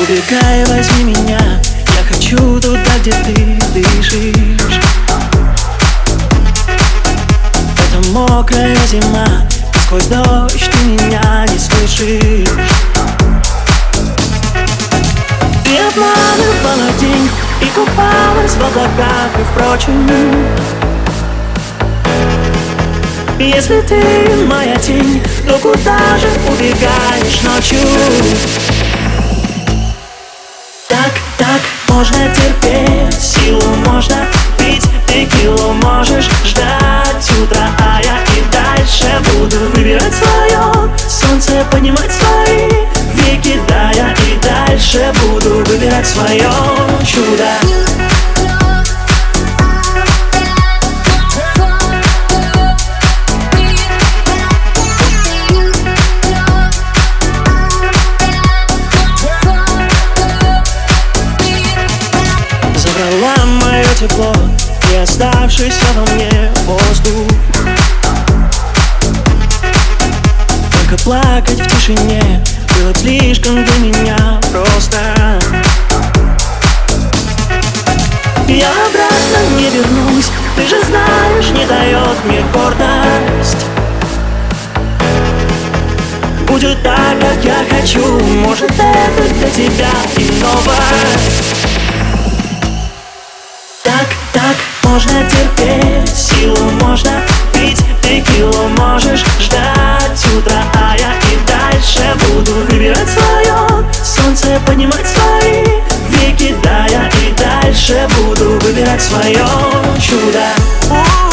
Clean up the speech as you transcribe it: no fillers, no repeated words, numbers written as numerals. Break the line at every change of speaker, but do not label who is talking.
Убегай, возьми меня, я хочу туда, где ты дышишь. Это мокрая зима, и сквозь дождь ты меня не слышишь. Ты обманывала день и купалась в облаках, и впрочем, если ты моя тень, то куда же убегаешь ночью? Так можно терпеть, силу можно пить, текилу можешь ждать утра, а я и дальше буду выбирать свое, солнце поднимать свои веки, да, я и дальше буду выбирать свое чудо. Забрала мое тепло и оставшийся во мне воздух. Только плакать в тишине было слишком для меня просто. Я обратно не вернусь, ты же знаешь, не дает мне гордость. Будет так, как я хочу, может, это для тебя и новость. Так можно терпеть, силу можно пить, текилу можешь ждать утра, а я и дальше буду выбирать свое, солнце поднимать свои веки, да, я и дальше буду выбирать свое чудо.